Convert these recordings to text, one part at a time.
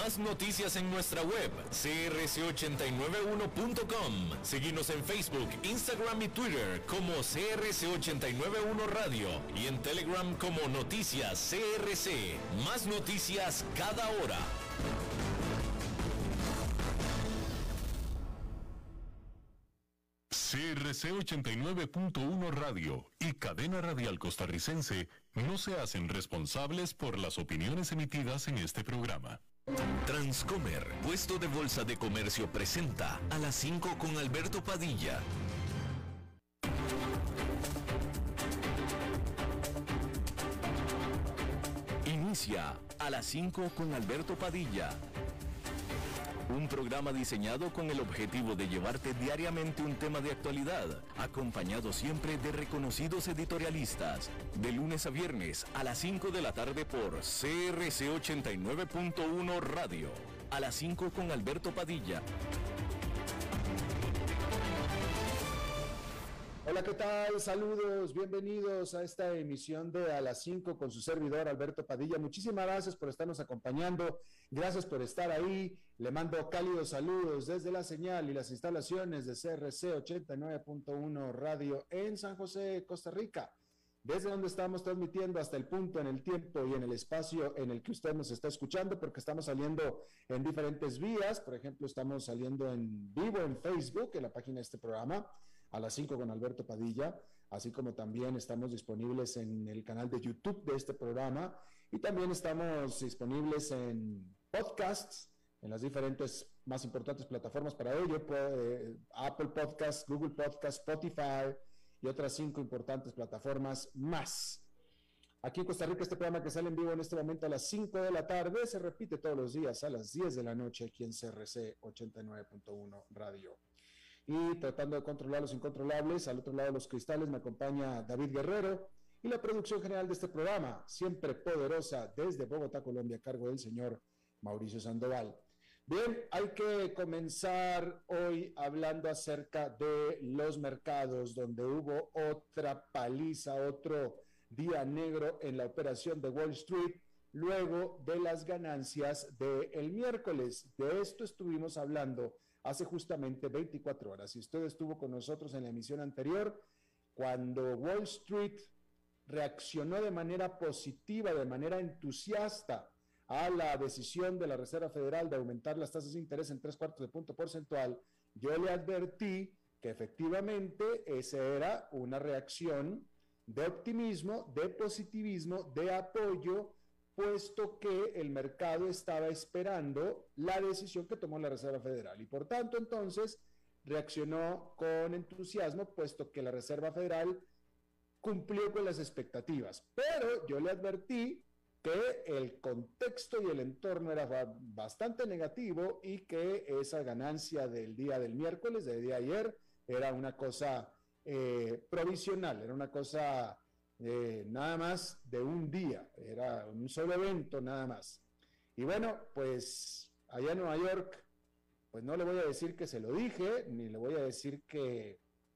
Más noticias en nuestra web, crc891.com. Seguinos en Facebook, Instagram y Twitter como CRC891 Radio y en Telegram como Noticias CRC. Más noticias cada hora. CRC 89.1 Radio y Cadena Radial Costarricense no se hacen responsables por las opiniones emitidas en este programa. Transcomer, puesto de bolsa de comercio, presenta a las 5 con Alberto Padilla. Inicia a las 5 con Alberto Padilla. Un programa diseñado con el objetivo de llevarte diariamente un tema de actualidad, acompañado siempre de reconocidos editorialistas, de lunes a viernes a las 5 de la tarde por CRC 89.1 Radio. A las 5 con Alberto Padilla. Hola, ¿qué tal? Saludos, bienvenidos a esta emisión de A las 5 con su servidor Alberto Padilla. Muchísimas gracias por estarnos acompañando, gracias por estar ahí. Le mando cálidos saludos desde la señal y las instalaciones de CRC 89.1 Radio en San José, Costa Rica, desde donde estamos transmitiendo hasta el punto en el tiempo y en el espacio en el que usted nos está escuchando, porque estamos saliendo en diferentes vías. Por ejemplo, estamos saliendo en vivo en Facebook, en la página de este programa, a las 5 con Alberto Padilla, así como también estamos disponibles en el canal de YouTube de este programa, y también estamos disponibles en podcasts, en las diferentes más importantes plataformas para ello, Apple Podcasts, Google Podcasts, Spotify y otras 5 importantes plataformas más. Aquí en Costa Rica, este programa que sale en vivo en este momento a las 5 de la tarde, se repite todos los días a las 10 de la noche aquí en CRC 89.1 Radio. Y tratando de controlar los incontrolables, al otro lado de los cristales me acompaña David Guerrero, y la producción general de este programa, siempre poderosa, desde Bogotá, Colombia, a cargo del señor Mauricio Sandoval. Bien, hay que comenzar hoy hablando acerca de los mercados, donde hubo otra paliza, otro día negro en la operación de Wall Street, luego de las ganancias del miércoles. De esto estuvimos hablando hace justamente 24 horas. Si usted estuvo con nosotros en la emisión anterior, cuando Wall Street reaccionó de manera positiva, de manera entusiasta a la decisión de la Reserva Federal de aumentar las tasas de interés en 0.75 de punto porcentual, yo le advertí que efectivamente esa era una reacción de optimismo, de positivismo, de apoyo, puesto que el mercado estaba esperando la decisión que tomó la Reserva Federal y por tanto entonces reaccionó con entusiasmo, puesto que la Reserva Federal cumplió con las expectativas. Pero yo le advertí que el contexto y el entorno era bastante negativo y que esa ganancia del día del miércoles, del día de ayer, era una cosa provisional, era una cosa nada más de un día, era un solo evento nada más. Y bueno, pues allá en Nueva York, pues no le voy a decir que se lo dije, ni le voy a decir que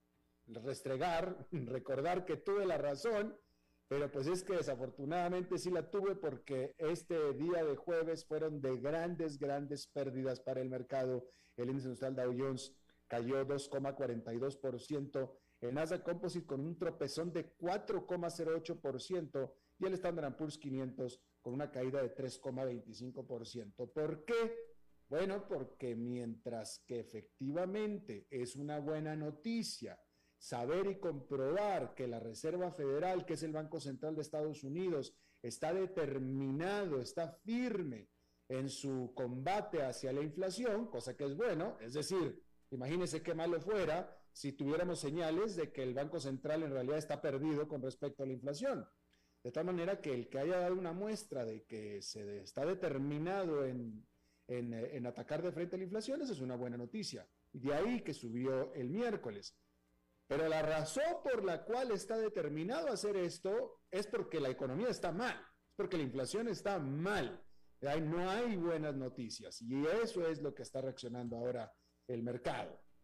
recordar que tuve la razón, pero pues es que desafortunadamente sí la tuve, porque este día de jueves fueron de grandes pérdidas para el mercado. El índice industrial Dow Jones cayó 2,42%, el Nasdaq Composite con un tropezón de 4,08% y el Standard & Poor's 500 con una caída de 3,25%. ¿Por qué? Bueno, porque mientras que efectivamente es una buena noticia saber y comprobar que la Reserva Federal, que es el Banco Central de Estados Unidos, está determinado, está firme en su combate hacia la inflación, cosa que es bueno, es decir, imagínense qué malo fuera si tuviéramos señales de que el Banco Central en realidad está perdido con respecto a la inflación. De tal manera que el que haya dado una muestra de que se está determinado en atacar de frente a la inflación, esa es una buena noticia. Y de ahí que subió el miércoles. Pero la razón por la cual está determinado a hacer esto es porque la economía está mal, es porque la inflación está mal. No hay buenas noticias y eso es lo que está reaccionando ahora el mercado.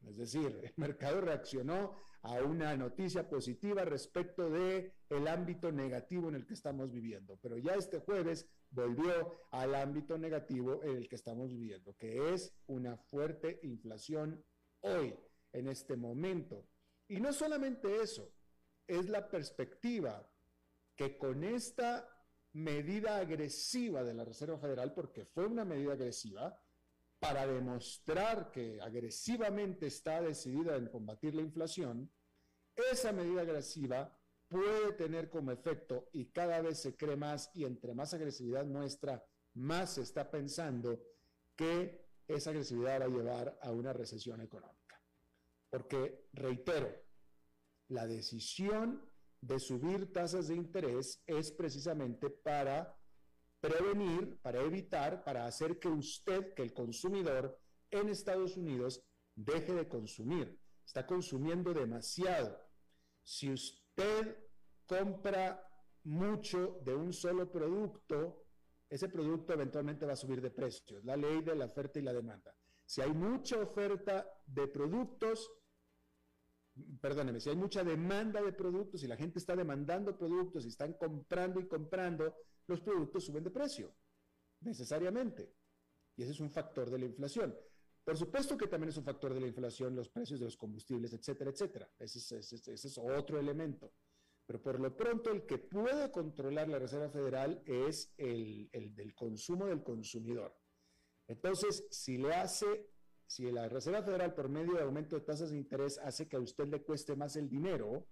Es decir, el mercado reaccionó a una noticia positiva respecto de el ámbito negativo en el que estamos viviendo, pero ya este jueves volvió al ámbito negativo en el que estamos viviendo, que es una fuerte inflación hoy, en este momento. Y no solamente eso, es la perspectiva que con esta medida agresiva de la Reserva Federal, porque fue una medida agresiva, para demostrar que agresivamente está decidida en combatir la inflación, esa medida agresiva puede tener como efecto, y cada vez se cree más, y entre más agresividad muestra, más se está pensando que esa agresividad va a llevar a una recesión económica. Porque, reitero, la decisión de subir tasas de interés es precisamente para prevenir, para evitar, para hacer que usted, que el consumidor en Estados Unidos deje de consumir. Está consumiendo demasiado. Si usted compra mucho de un solo producto, ese producto eventualmente va a subir de precio. Es la ley de la oferta y la demanda. Si hay mucha oferta de productos, perdóneme, si hay mucha demanda de productos y la gente está demandando productos y están comprando y comprando, los productos suben de precio, necesariamente. Y ese es un factor de la inflación. Por supuesto que también es un factor de la inflación los precios de los combustibles, etcétera, etcétera. Ese es otro elemento. Pero por lo pronto el que puede controlar la Reserva Federal es el del consumo del consumidor. Entonces, si la Reserva Federal por medio de aumento de tasas de interés hace que a usted le cueste más el dinero,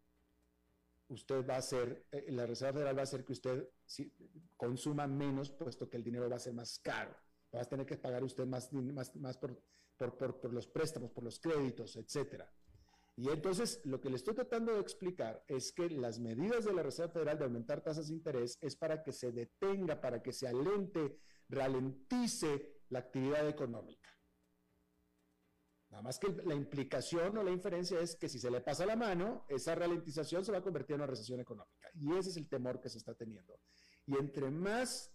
la Reserva Federal va a hacer que usted consuma menos, puesto que el dinero va a ser más caro. Va a tener que pagar usted más por los préstamos, por los créditos, etcétera. Y entonces, lo que le estoy tratando de explicar es que las medidas de la Reserva Federal de aumentar tasas de interés es para que se detenga, para que se ralentice la actividad económica. Nada más que la implicación o la inferencia es que si se le pasa la mano, esa ralentización se va a convertir en una recesión económica. Y ese es el temor que se está teniendo. Y entre más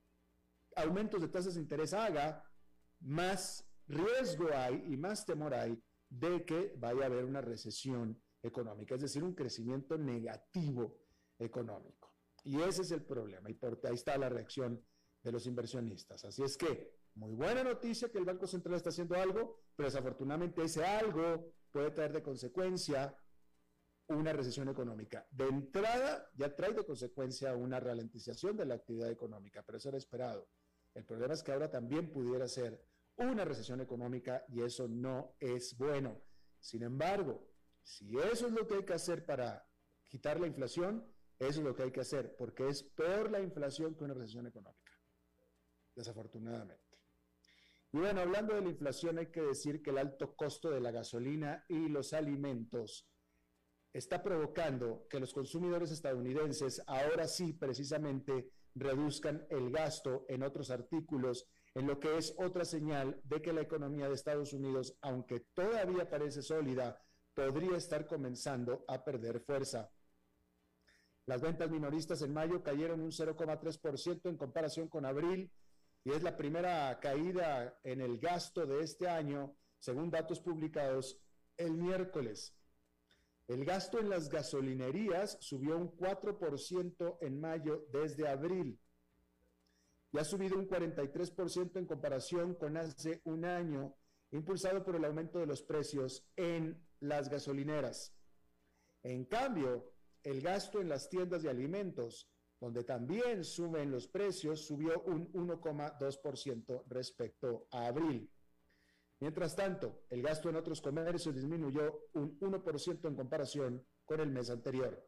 aumentos de tasas de interés haga, más riesgo hay y más temor hay de que vaya a haber una recesión económica, es decir, un crecimiento negativo económico. Y ese es el problema. Y ahí está la reacción de los inversionistas. Así es que, muy buena noticia que el Banco Central está haciendo algo, pero desafortunadamente ese algo puede traer de consecuencia una recesión económica. De entrada, ya trae de consecuencia una ralentización de la actividad económica, pero eso era esperado. El problema es que ahora también pudiera ser una recesión económica y eso no es bueno. Sin embargo, si eso es lo que hay que hacer para quitar la inflación, eso es lo que hay que hacer, porque es por la inflación que una recesión económica, desafortunadamente. Y bueno, hablando de la inflación, hay que decir que el alto costo de la gasolina y los alimentos está provocando que los consumidores estadounidenses ahora sí precisamente reduzcan el gasto en otros artículos, en lo que es otra señal de que la economía de Estados Unidos, aunque todavía parece sólida, podría estar comenzando a perder fuerza. Las ventas minoristas en mayo cayeron un 0,3% en comparación con abril, y es la primera caída en el gasto de este año, según datos publicados el miércoles. El gasto en las gasolinerías subió un 4% en mayo desde abril y ha subido un 43% en comparación con hace un año, impulsado por el aumento de los precios en las gasolineras. En cambio, el gasto en las tiendas de alimentos, donde también suben los precios, subió un 1,2% respecto a abril. Mientras tanto, el gasto en otros comercios disminuyó un 1% en comparación con el mes anterior.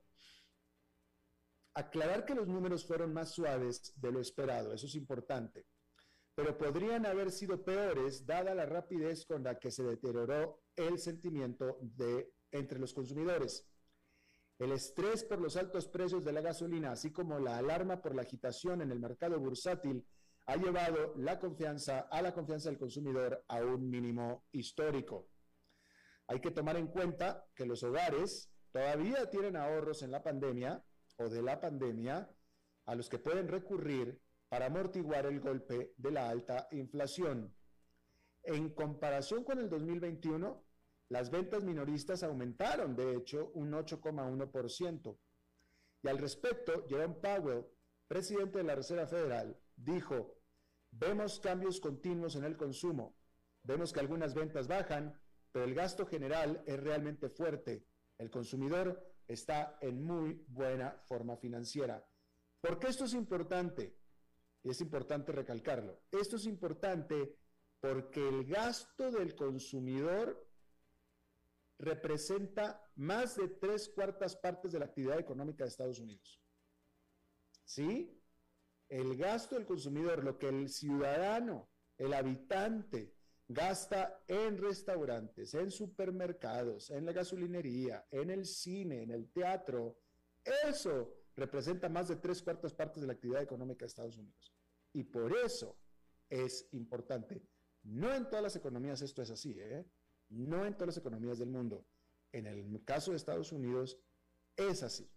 Aclarar que los números fueron más suaves de lo esperado, eso es importante, pero podrían haber sido peores dada la rapidez con la que se deterioró el sentimiento entre los consumidores. El estrés por los altos precios de la gasolina, así como la alarma por la agitación en el mercado bursátil, ha llevado a la confianza del consumidor a un mínimo histórico. Hay que tomar en cuenta que los hogares todavía tienen ahorros en la pandemia o de la pandemia a los que pueden recurrir para amortiguar el golpe de la alta inflación. En comparación con el 2021, Las ventas minoristas aumentaron, de hecho, un 8,1%. Y al respecto, Jerome Powell, presidente de la Reserva Federal, dijo: vemos cambios continuos en el consumo, vemos que algunas ventas bajan, pero el gasto general es realmente fuerte. El consumidor está en muy buena forma financiera. ¿Por qué esto es importante? Y es importante recalcarlo. Esto es importante porque el gasto del consumidor representa más de 3/4 partes de la actividad económica de Estados Unidos. ¿Sí? El gasto del consumidor, lo que el ciudadano, el habitante, gasta en restaurantes, en supermercados, en la gasolinería, en el cine, en el teatro, eso representa más de 3/4 partes de la actividad económica de Estados Unidos. Y por eso es importante. No en todas las economías esto es así, no en todas las economías del mundo. En el caso de Estados Unidos es así.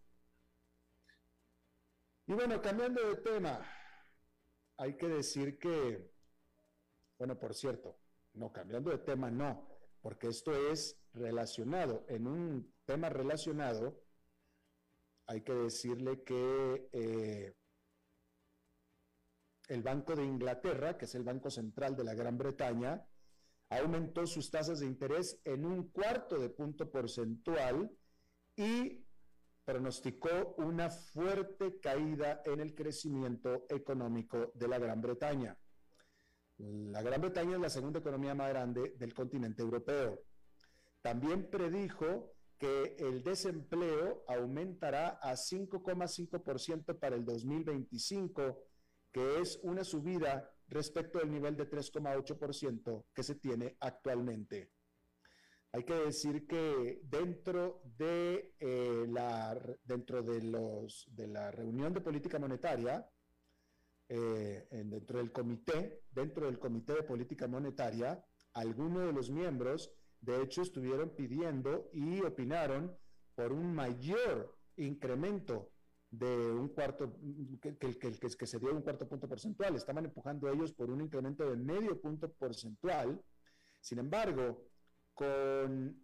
Y bueno, cambiando de tema, hay que decir que, bueno, por cierto, no, cambiando de tema no, porque esto es relacionado. En un tema relacionado, hay que decirle que el Banco de Inglaterra, que es el Banco Central de la Gran Bretaña, aumentó sus tasas de interés en 1/4 punto porcentual y pronosticó una fuerte caída en el crecimiento económico de la Gran Bretaña. La Gran Bretaña es la segunda economía más grande del continente europeo. También predijo que el desempleo aumentará a 5,5% para el 2025, que es una subida respecto del nivel de 3,8% que se tiene actualmente. Hay que decir que dentro de la reunión de política monetaria, dentro del comité de política monetaria, algunos de los miembros, de hecho, estuvieron pidiendo y opinaron por un mayor incremento de un cuarto, que se dio 1/4 punto porcentual. Estaban empujando ellos por un incremento de 0,5 punto porcentual. Sin embargo, con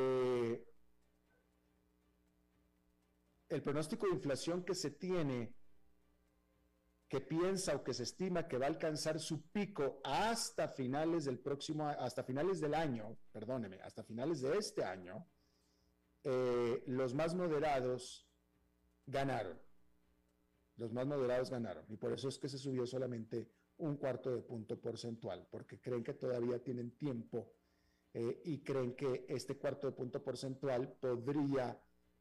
el pronóstico de inflación que se tiene, que piensa o que se estima que va a alcanzar su pico hasta finales del año, hasta finales de este año, los más moderados ganaron. Y por eso es que se subió solamente 1/4 punto porcentual, porque creen que todavía tienen tiempo y creen que este 1/4 punto porcentual podría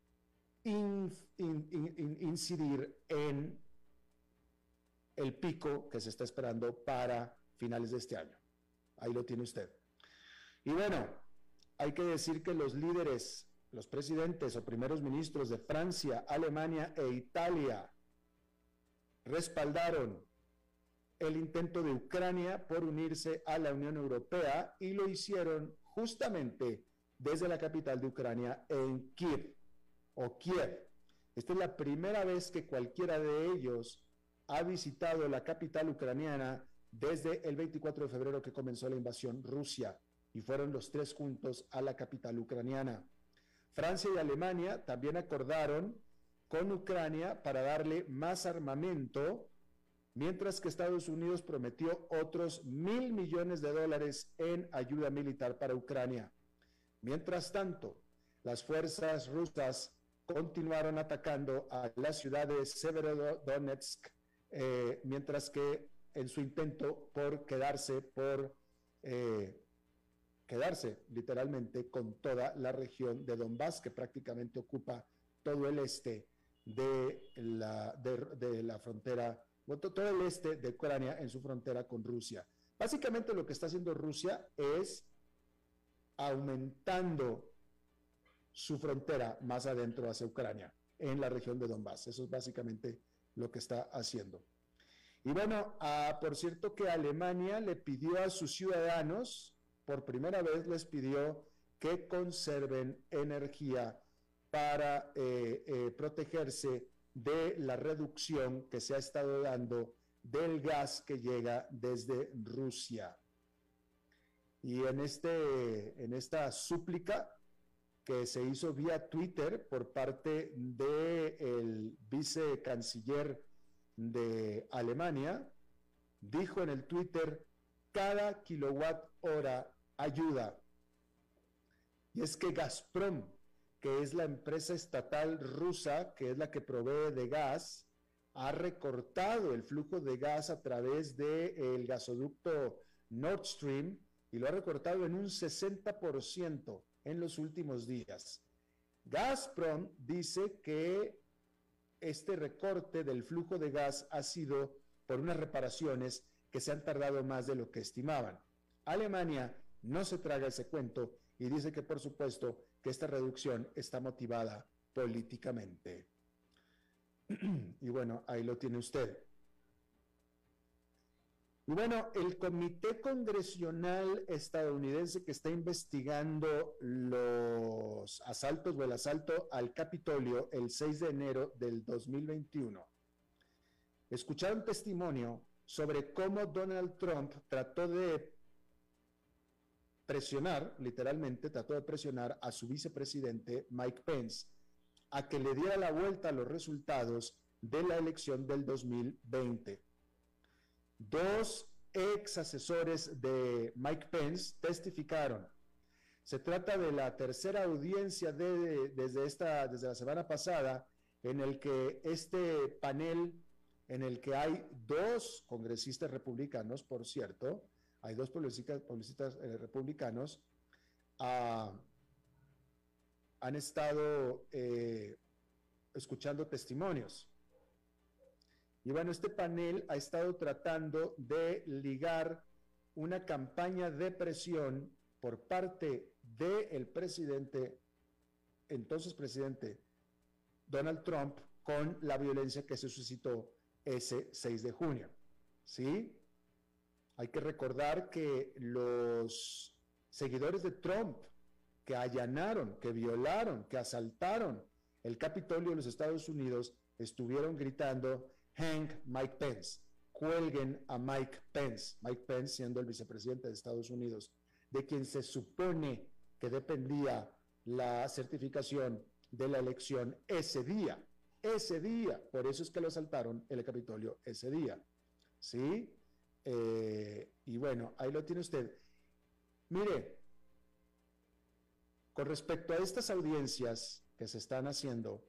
incidir en el pico que se está esperando para finales de este año. Ahí lo tiene usted. Y bueno, hay que decir que los líderes, los presidentes o primeros ministros de Francia, Alemania e Italia respaldaron el intento de Ucrania por unirse a la Unión Europea y lo hicieron justamente desde la capital de Ucrania, en Kiev. Esta es la primera vez que cualquiera de ellos ha visitado la capital ucraniana desde el 24 de febrero que comenzó la invasión Rusia, y fueron los tres juntos a la capital ucraniana. Francia y Alemania también acordaron con Ucrania para darle más armamento, mientras que Estados Unidos prometió otros $1,000 millones en ayuda militar para Ucrania. Mientras tanto, las fuerzas rusas continuaron atacando a la ciudad de Severodonetsk, mientras que en su intento por quedarse literalmente con toda la región de Donbass, que prácticamente ocupa todo el este de la frontera, todo el este de Ucrania en su frontera con Rusia. Básicamente lo que está haciendo Rusia es aumentando su frontera más adentro hacia Ucrania, en la región de Donbass. Eso es básicamente lo que está haciendo. Y bueno, por cierto que Alemania le pidió a sus ciudadanos, por primera vez les pidió que conserven energía para protegerse de la reducción que se ha estado dando del gas que llega desde Rusia. Y en esta súplica que se hizo vía Twitter por parte del vicecanciller de Alemania, dijo en el Twitter: cada kilowatt hora ayuda. Y es que Gazprom, que es la empresa estatal rusa, que es la que provee de gas, ha recortado el flujo de gas a través del gasoducto Nord Stream y lo ha recortado en un 60% en los últimos días. Gazprom dice que este recorte del flujo de gas ha sido por unas reparaciones que se han tardado más de lo que estimaban. Alemania no se traga ese cuento y dice que, por supuesto, que esta reducción está motivada políticamente. Y bueno, ahí lo tiene usted. Y bueno, el Comité Congresional estadounidense que está investigando los asaltos o el asalto al Capitolio el 6 de enero del 2021, escucharon testimonio sobre cómo Donald Trump trató de presionar, literalmente trató de presionar a su vicepresidente Mike Pence a que le diera la vuelta a los resultados de la elección del 2020. Dos ex asesores de Mike Pence testificaron. Se trata de la tercera audiencia desde la semana pasada, en el que este panel, en el que hay dos congresistas republicanos, por cierto, hay dos publicistas republicanos, han estado escuchando testimonios. Y bueno, este panel ha estado tratando de ligar una campaña de presión por parte del entonces presidente Donald Trump, con la violencia que se suscitó ese 6 de junio. ¿Sí? Hay que recordar que los seguidores de Trump que allanaron, que violaron, que asaltaron el Capitolio de los Estados Unidos estuvieron gritando: "Hang Mike Pence", cuelguen a Mike Pence siendo el vicepresidente de Estados Unidos, de quien se supone que dependía la certificación de la elección ese día, por eso es que lo asaltaron el Capitolio ese día, ¿sí? Y bueno, ahí lo tiene usted. Mire, con respecto a estas audiencias que se están haciendo,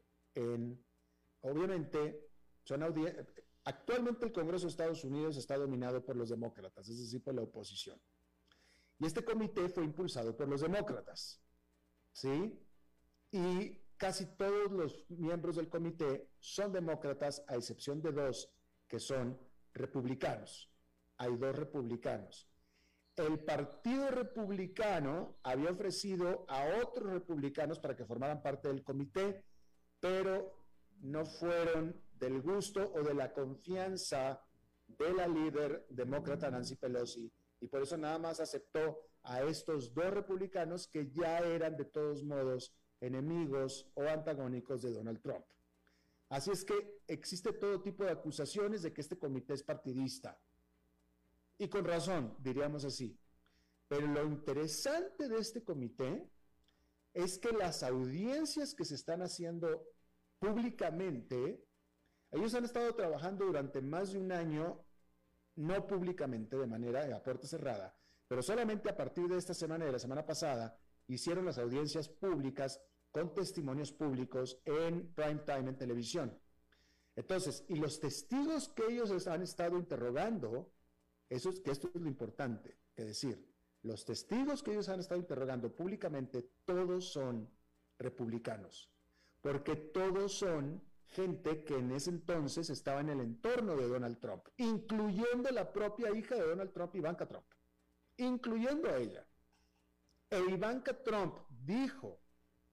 obviamente, actualmente el Congreso de Estados Unidos está dominado por los demócratas, es decir, por la oposición. Y este comité fue impulsado por los demócratas, ¿sí? Y casi todos los miembros del comité son demócratas, a excepción de dos que son republicanos. Hay dos republicanos. El Partido Republicano había ofrecido a otros republicanos para que formaran parte del comité, pero no fueron del gusto o de la confianza de la líder demócrata Nancy Pelosi, y por eso nada más aceptó a estos dos republicanos que ya eran de todos modos enemigos o antagónicos de Donald Trump. Así es que existe todo tipo de acusaciones de que este comité es partidista. Y con razón, diríamos así. Pero lo interesante de este comité es que las audiencias que se están haciendo públicamente, ellos han estado trabajando durante más de un año, no públicamente, de manera a puerta cerrada, pero solamente a partir de esta semana y de la semana pasada, hicieron las audiencias públicas con testimonios públicos en prime time en televisión. Entonces, y los testigos que ellos han estado interrogando, esto es lo importante que decir, los testigos que ellos han estado interrogando públicamente, todos son republicanos, porque todos son gente que en ese entonces estaba en el entorno de Donald Trump, incluyendo la propia hija de Donald Trump, Ivanka Trump, incluyendo a ella. E Ivanka Trump dijo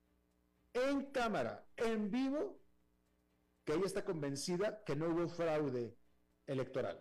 en cámara, en vivo, que ella está convencida que no hubo fraude electoral.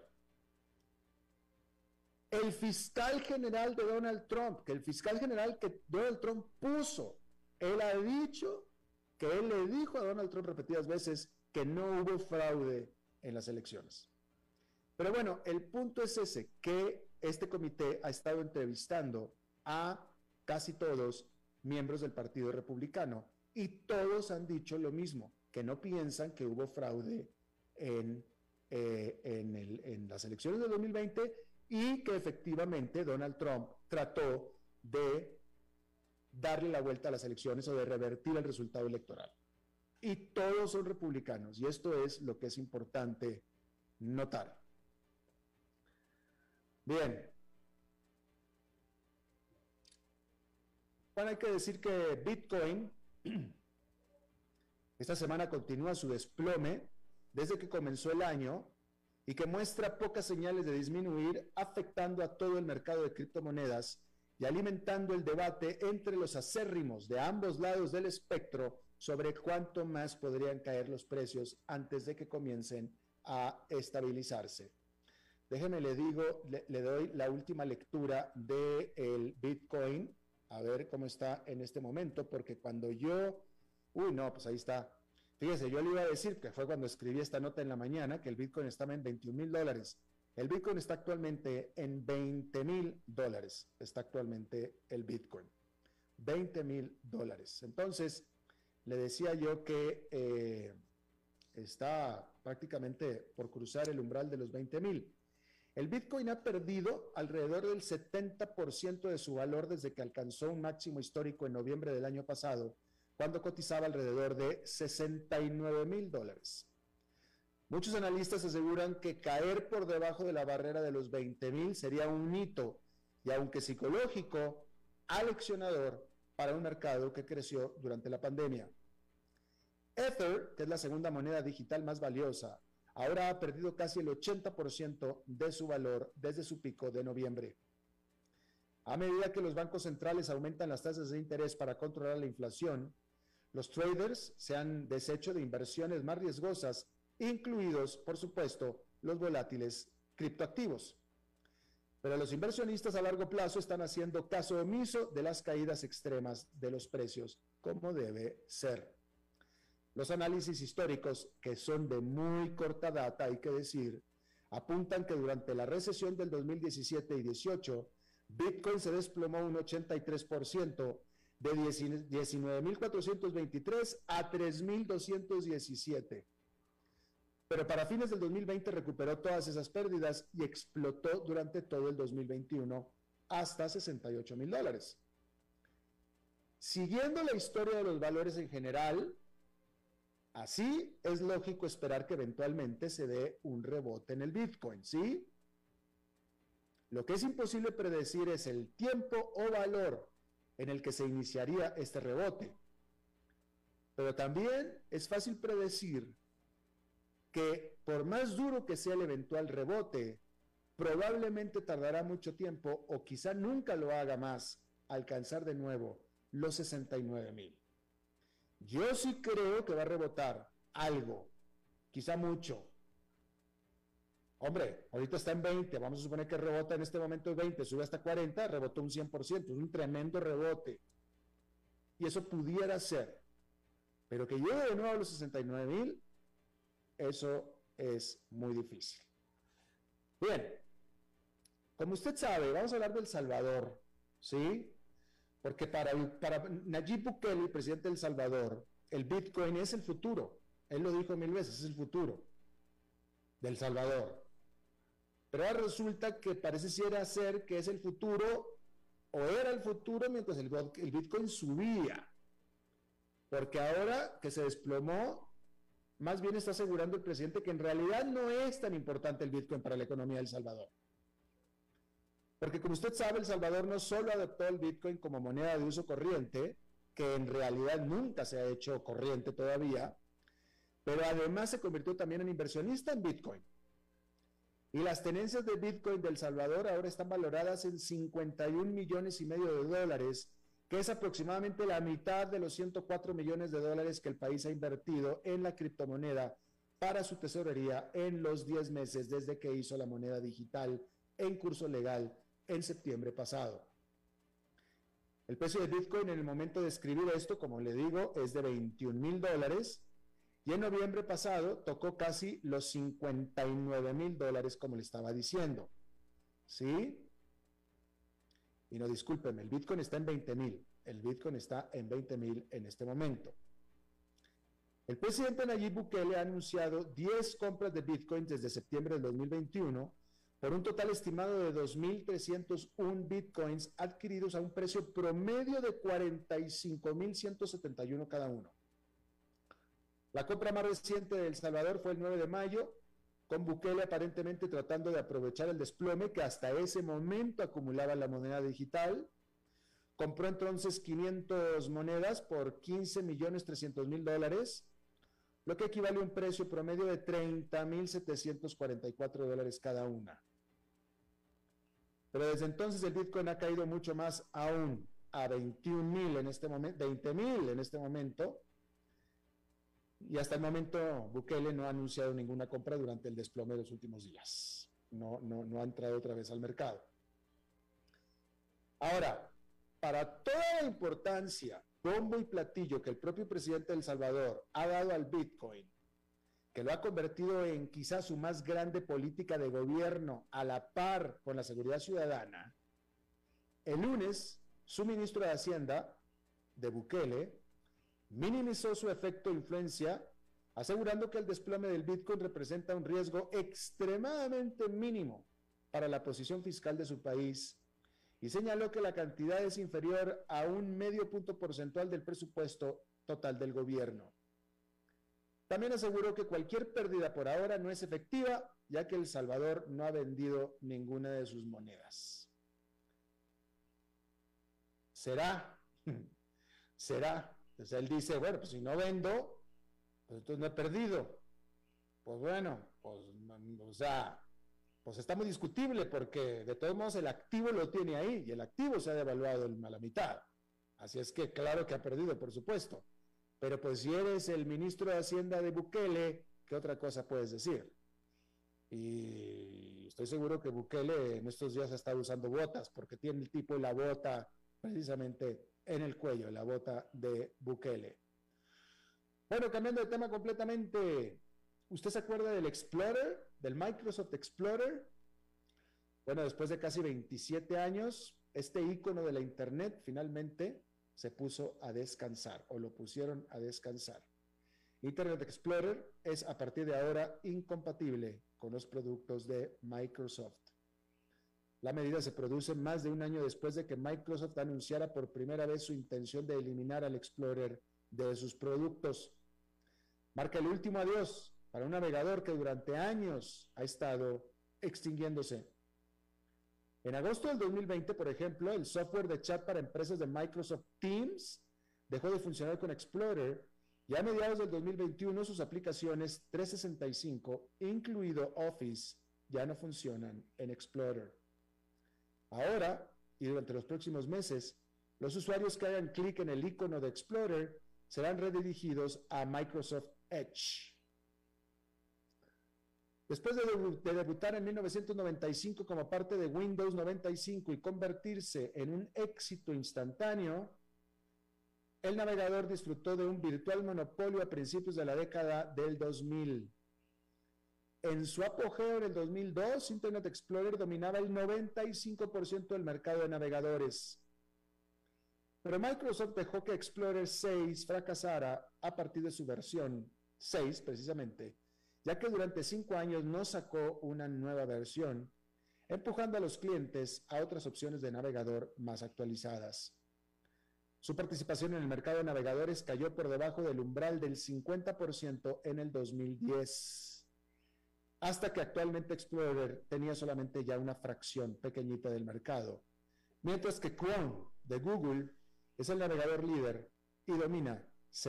El fiscal general de Donald Trump, que el fiscal general que Donald Trump puso, él ha dicho que él le dijo a Donald Trump repetidas veces que no hubo fraude en las elecciones. Pero bueno, el punto es ese, que este comité ha estado entrevistando a casi todos miembros del Partido Republicano, y todos han dicho lo mismo, que no piensan que hubo fraude en las elecciones de 2020 y que efectivamente Donald Trump trató de darle la vuelta a las elecciones o de revertir el resultado electoral. Y todos son republicanos, y esto es lo que es importante notar. Bien. Bueno, hay que decir que Bitcoin esta semana continúa su desplome desde que comenzó el año y que muestra pocas señales de disminuir, afectando a todo el mercado de criptomonedas y alimentando el debate entre los acérrimos de ambos lados del espectro sobre cuánto más podrían caer los precios antes de que comiencen a estabilizarse. Déjeme le doy la última lectura del Bitcoin, a ver cómo está en este momento, porque cuando pues ahí está. Fíjese, yo le iba a decir que fue cuando escribí esta nota en la mañana que el Bitcoin estaba en $21,000. El Bitcoin está actualmente en $20,000. Está actualmente el Bitcoin. $20,000. Entonces, le decía yo que está prácticamente por cruzar el umbral de los 20,000. El Bitcoin ha perdido alrededor del 70% de su valor desde que alcanzó un máximo histórico en noviembre del año pasado, cuando cotizaba alrededor de $69,000. Muchos analistas aseguran que caer por debajo de la barrera de los 20,000 sería un hito, y aunque psicológico, aleccionador para un mercado que creció durante la pandemia. Ether, que es la segunda moneda digital más valiosa, ahora ha perdido casi el 80% de su valor desde su pico de noviembre. A medida que los bancos centrales aumentan las tasas de interés para controlar la inflación, los traders se han deshecho de inversiones más riesgosas, incluidos, por supuesto, los volátiles criptoactivos. Pero los inversionistas a largo plazo están haciendo caso omiso de las caídas extremas de los precios, como debe ser. Los análisis históricos, que son de muy corta data, hay que decir, apuntan que durante la recesión del 2017 y 18, Bitcoin se desplomó un 83%, de 19,423 a 3,217. Pero para fines del 2020 recuperó todas esas pérdidas y explotó durante todo el 2021 hasta $68,000. Siguiendo la historia de los valores en general, así es lógico esperar que eventualmente se dé un rebote en el Bitcoin, ¿sí? Lo que es imposible predecir es el tiempo o valor en el que se iniciaría este rebote. Pero también es fácil predecir que por más duro que sea el eventual rebote, probablemente tardará mucho tiempo o quizá nunca lo haga más alcanzar de nuevo los 69,000. Yo sí creo que va a rebotar algo, quizá mucho. Hombre, ahorita está en 20, vamos a suponer que rebota en este momento en 20, sube hasta 40, rebotó un 100%, es un tremendo rebote. Y eso pudiera ser. Pero que llegue de nuevo a los 69,000, eso es muy difícil. Bien, como usted sabe, vamos a hablar de El Salvador, ¿sí? Porque para Nayib Bukele, el presidente de El Salvador, el Bitcoin es el futuro. Él lo dijo 1000 veces, es el futuro de El Salvador. Pero ahora resulta que parece ser que es el futuro, o era el futuro mientras el Bitcoin subía. Porque ahora que se desplomó, más bien está asegurando el presidente que en realidad no es tan importante el Bitcoin para la economía de El Salvador. Porque como usted sabe, El Salvador no solo adoptó el Bitcoin como moneda de uso corriente, que en realidad nunca se ha hecho corriente todavía, pero además se convirtió también en inversionista en Bitcoin. Y las tenencias de Bitcoin de El Salvador ahora están valoradas en $51,5 millones, que es aproximadamente la mitad de los $104 millones que el país ha invertido en la criptomoneda para su tesorería en los 10 meses desde que hizo la moneda digital en curso legal en septiembre pasado. El precio de Bitcoin en el momento de escribir esto, como le digo, es de $21,000 y en noviembre pasado tocó casi los $59,000, como le estaba diciendo. ¿Sí? Y no, discúlpeme, el Bitcoin está en 20,000. El Bitcoin está en 20,000 en este momento. El presidente Nayib Bukele ha anunciado 10 compras de Bitcoin desde septiembre del 2021 por un total estimado de 2.301 Bitcoins adquiridos a un precio promedio de 45.171 cada uno. La compra más reciente de El Salvador fue el 9 de mayo, con Bukele aparentemente tratando de aprovechar el desplome que hasta ese momento acumulaba la moneda digital. Compró entonces 500 monedas por $15.300.000, lo que equivale a un precio promedio de $30.744 cada una. Pero desde entonces el Bitcoin ha caído mucho más aún, a 21,000 en este momento, 20,000 en este momento, y hasta el momento Bukele no ha anunciado ninguna compra durante el desplome de los últimos días. No ha entrado otra vez al mercado. Ahora, para toda la importancia, bombo y platillo que el propio presidente de El Salvador ha dado al Bitcoin, que lo ha convertido en quizás su más grande política de gobierno a la par con la seguridad ciudadana, el lunes su ministro de Hacienda, de Bukele, minimizó su efecto de influencia, asegurando que el desplome del Bitcoin representa un riesgo extremadamente mínimo para la posición fiscal de su país, y señaló que la cantidad es inferior a un 0,5 punto porcentual del presupuesto total del gobierno. También aseguró que cualquier pérdida por ahora no es efectiva, ya que El Salvador no ha vendido ninguna de sus monedas. ¿Será? Entonces él dice, bueno, pues si no vendo, pues entonces no he perdido. Pues bueno, pues está muy discutible porque de todos modos el activo lo tiene ahí y el activo se ha devaluado a la mitad. Así es que claro que ha perdido, por supuesto. Pero pues si eres el ministro de Hacienda de Bukele, ¿qué otra cosa puedes decir? Y estoy seguro que Bukele en estos días ha estado usando botas, porque tiene el tipo de la bota precisamente en el cuello, la bota de Bukele. Bueno, cambiando de tema completamente, ¿usted se acuerda del Explorer, del Microsoft Explorer? Bueno, después de casi 27 años, este ícono de la Internet finalmente se puso a descansar, o lo pusieron a descansar. Internet Explorer es a partir de ahora incompatible con los productos de Microsoft. La medida se produce más de un año después de que Microsoft anunciara por primera vez su intención de eliminar al Explorer de sus productos. Marca el último adiós para un navegador que durante años ha estado extinguiéndose. En agosto del 2020, por ejemplo, el software de chat para empresas de Microsoft Teams dejó de funcionar con Explorer y a mediados del 2021 sus aplicaciones 365, incluido Office, ya no funcionan en Explorer. Ahora, y durante los próximos meses, los usuarios que hagan clic en el icono de Explorer serán redirigidos a Microsoft Edge. Después de debutar en 1995 como parte de Windows 95 y convertirse en un éxito instantáneo, el navegador disfrutó de un virtual monopolio a principios de la década del 2000. En su apogeo en el 2002, Internet Explorer dominaba el 95% del mercado de navegadores. Pero Microsoft dejó que Explorer 6 fracasara a partir de su versión 6, precisamente, ya que durante 5 años no sacó una nueva versión, empujando a los clientes a otras opciones de navegador más actualizadas. Su participación en el mercado de navegadores cayó por debajo del umbral del 50% en el 2010, hasta que actualmente Explorer tenía solamente ya una fracción pequeñita del mercado, mientras que Chrome de Google es el navegador líder y domina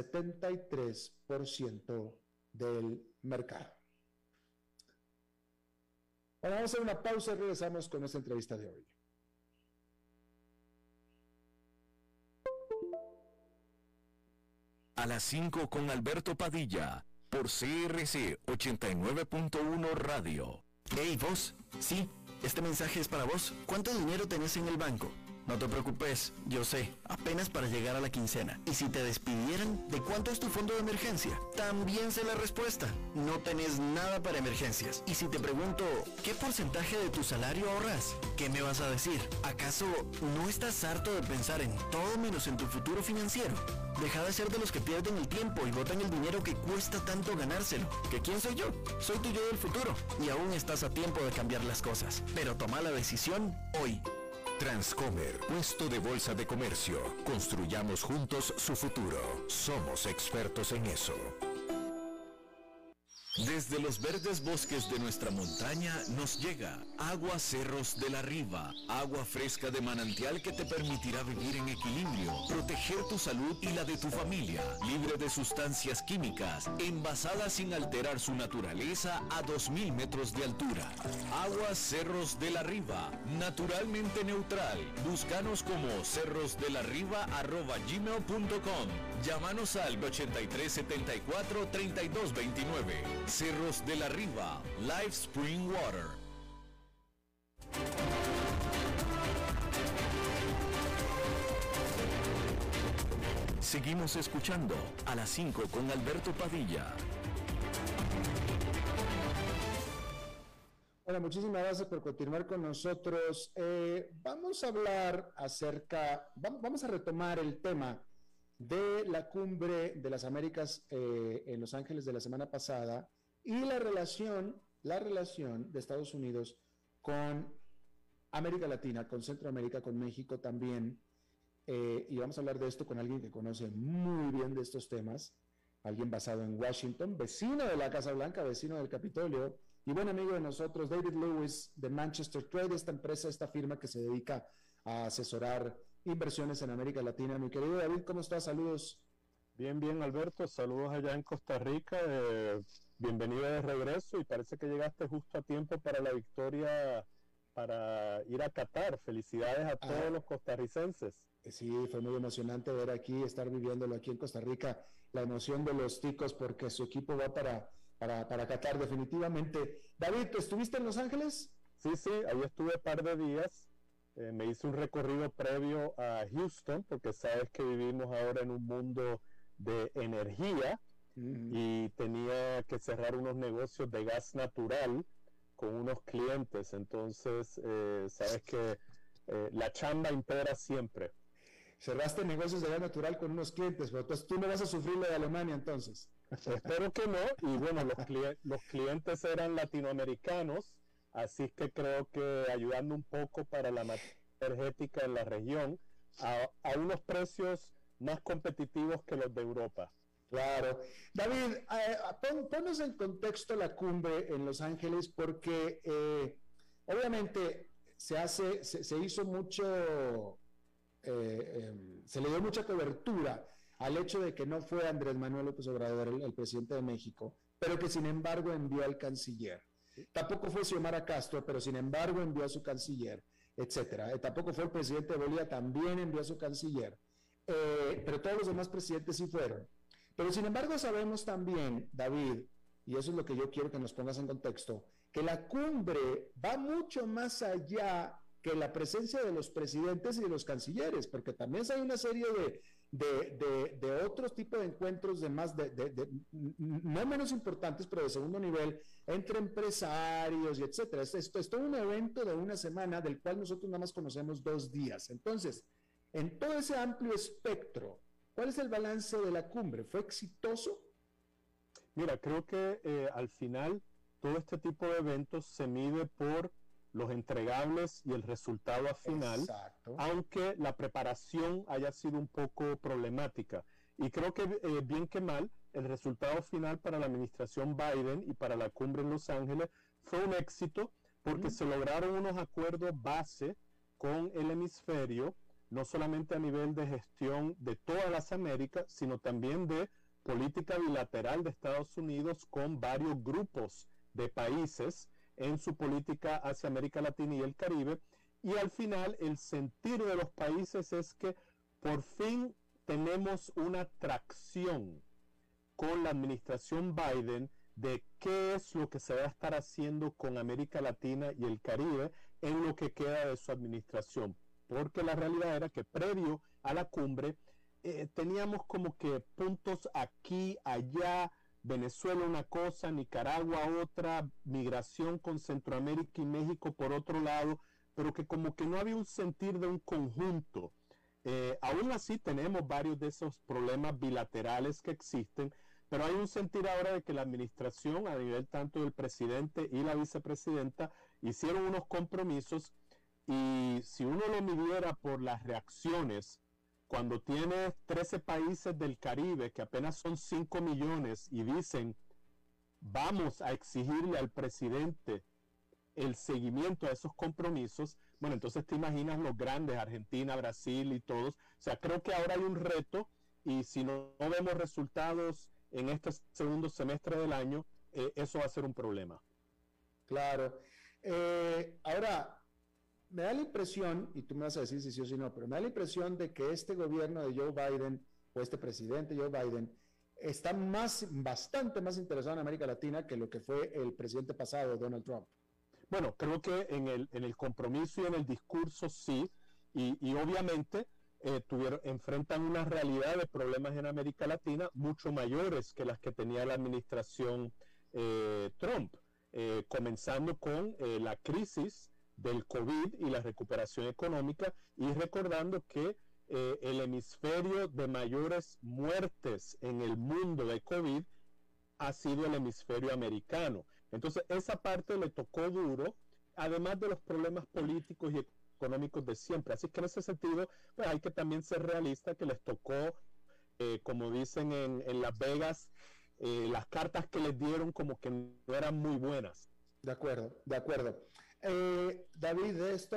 73% del mercado. Bueno, vamos a hacer una pausa y regresamos con nuestra entrevista de hoy. A las 5 con Alberto Padilla, por CRC 89.1 Radio. Hey, vos. Sí, este mensaje es para vos. ¿Cuánto dinero tenés en el banco? No te preocupes, yo sé, apenas para llegar a la quincena. Y si te despidieran, ¿de cuánto es tu fondo de emergencia? También sé la respuesta. No tenés nada para emergencias. Y si te pregunto, ¿qué porcentaje de tu salario ahorras? ¿Qué me vas a decir? ¿Acaso no estás harto de pensar en todo menos en tu futuro financiero? Deja de ser de los que pierden el tiempo y botan el dinero que cuesta tanto ganárselo. ¿Que quién soy yo? Soy tu yo del futuro. Y aún estás a tiempo de cambiar las cosas. Pero toma la decisión hoy. Transcomer, puesto de bolsa de comercio. Construyamos juntos su futuro. Somos expertos en eso. Desde los verdes bosques de nuestra montaña nos llega Agua Cerros de la Riva, agua fresca de manantial que te permitirá vivir en equilibrio, proteger tu salud y la de tu familia, libre de sustancias químicas, envasada sin alterar su naturaleza a 2000 metros de altura. Agua Cerros de la Riva, naturalmente neutral. Búscanos como cerrosdelarriba@gmail.com. Llámanos al 8374-3229. Cerros de la Riva, Live Spring Water. Seguimos escuchando a las 5 con Alberto Padilla. Bueno, muchísimas gracias por continuar con nosotros. Vamos a hablar vamos a retomar el tema de la Cumbre de las Américas en Los Ángeles de la semana pasada y la relación de Estados Unidos con América Latina, con Centroamérica, con México también. Y vamos a hablar de esto con alguien que conoce muy bien de estos temas, alguien basado en Washington, vecino de la Casa Blanca, vecino del Capitolio, y buen amigo de nosotros, David Lewis, de Manchester Trade, esta firma que se dedica a asesorar inversiones en América Latina. Mi querido David, ¿cómo estás? Saludos. Bien, Alberto, saludos allá en Costa Rica, bienvenido de regreso y parece que llegaste justo a tiempo para la victoria, para ir a Qatar. Felicidades a todos los costarricenses. Sí, fue muy emocionante ver estar viviéndolo aquí en Costa Rica, la emoción de los ticos porque su equipo va para Qatar definitivamente. David, ¿estuviste en Los Ángeles? Sí, ahí estuve un par de días. Me hice un recorrido previo a Houston, porque sabes que vivimos ahora en un mundo de energía y tenía que cerrar unos negocios de gas natural con unos clientes. Entonces, sabes que la chamba impera siempre. Cerraste negocios de gas natural con unos clientes, pero entonces tú no vas a sufrir lo de Alemania entonces. Espero que no, y bueno, los clientes eran latinoamericanos, así que creo que ayudando un poco para la materia energética en la región a unos precios más competitivos que los de Europa. Claro. David, ponnos en contexto la cumbre en Los Ángeles porque obviamente se hizo mucho, se le dio mucha cobertura al hecho de que no fue Andrés Manuel López Obrador el presidente de México, pero que sin embargo envió al canciller. Tampoco fue Xiomara Castro, pero sin embargo envió a su canciller, etcétera. Tampoco fue el presidente de Bolivia, también envió a su canciller. Pero todos los demás presidentes sí fueron. Pero sin embargo sabemos también, David, y eso es lo que yo quiero que nos pongas en contexto, que la cumbre va mucho más allá que la presencia de los presidentes y de los cancilleres, porque también hay una serie de otros tipos de encuentros no menos importantes, pero de segundo nivel, entre empresarios y etcétera. Esto es todo un evento de una semana del cual nosotros nada más conocemos 2 días. Entonces, en todo ese amplio espectro, ¿cuál es el balance de la cumbre? ¿Fue exitoso? Mira, creo que al final todo este tipo de eventos se mide por los entregables y el resultado final. Exacto. Aunque la preparación haya sido un poco problemática. Y creo que bien que mal, el resultado final para la administración Biden y para la cumbre en Los Ángeles fue un éxito porque se lograron unos acuerdos base con el hemisferio, no solamente a nivel de gestión de todas las Américas, sino también de política bilateral de Estados Unidos con varios grupos de países en su política hacia América Latina y el Caribe. Y al final el sentir de los países es que por fin tenemos una tracción con la administración Biden de qué es lo que se va a estar haciendo con América Latina y el Caribe en lo que queda de su administración. porque la realidad era que previo a la cumbre teníamos como que puntos aquí, allá, Venezuela una cosa, Nicaragua otra, migración con Centroamérica y México por otro lado, pero que como que no había un sentir de un conjunto. Aún así tenemos varios de esos problemas bilaterales que existen, pero hay un sentir ahora de que la administración, a nivel tanto del presidente y la vicepresidenta, hicieron unos compromisos, y si uno lo midiera por las reacciones, cuando tienes 13 países del Caribe, que apenas son 5 millones, y dicen, vamos a exigirle al presidente el seguimiento a esos compromisos, bueno, entonces te imaginas los grandes, Argentina, Brasil y todos. O sea, creo que ahora hay un reto, y si no vemos resultados en este segundo semestre del año, eso va a ser un problema. Claro. Ahora, me da la impresión, y tú me vas a decir si sí o si no, pero me da la impresión de que este gobierno de Joe Biden, o este presidente Joe Biden, está bastante más interesado en América Latina que lo que fue el presidente pasado, Donald Trump. Bueno, creo que en el compromiso y en el discurso sí, y obviamente enfrentan una realidad de problemas en América Latina mucho mayores que las que tenía la administración Trump, comenzando con la crisis del COVID y la recuperación económica, y recordando que el hemisferio de mayores muertes en el mundo de COVID ha sido el hemisferio americano. Entonces esa parte le tocó duro, además de los problemas políticos y económicos de siempre. Así que en ese sentido, pues hay que también ser realista, que les tocó, como dicen en Las Vegas, las cartas que les dieron como que no eran muy buenas. De acuerdo, de acuerdo. David,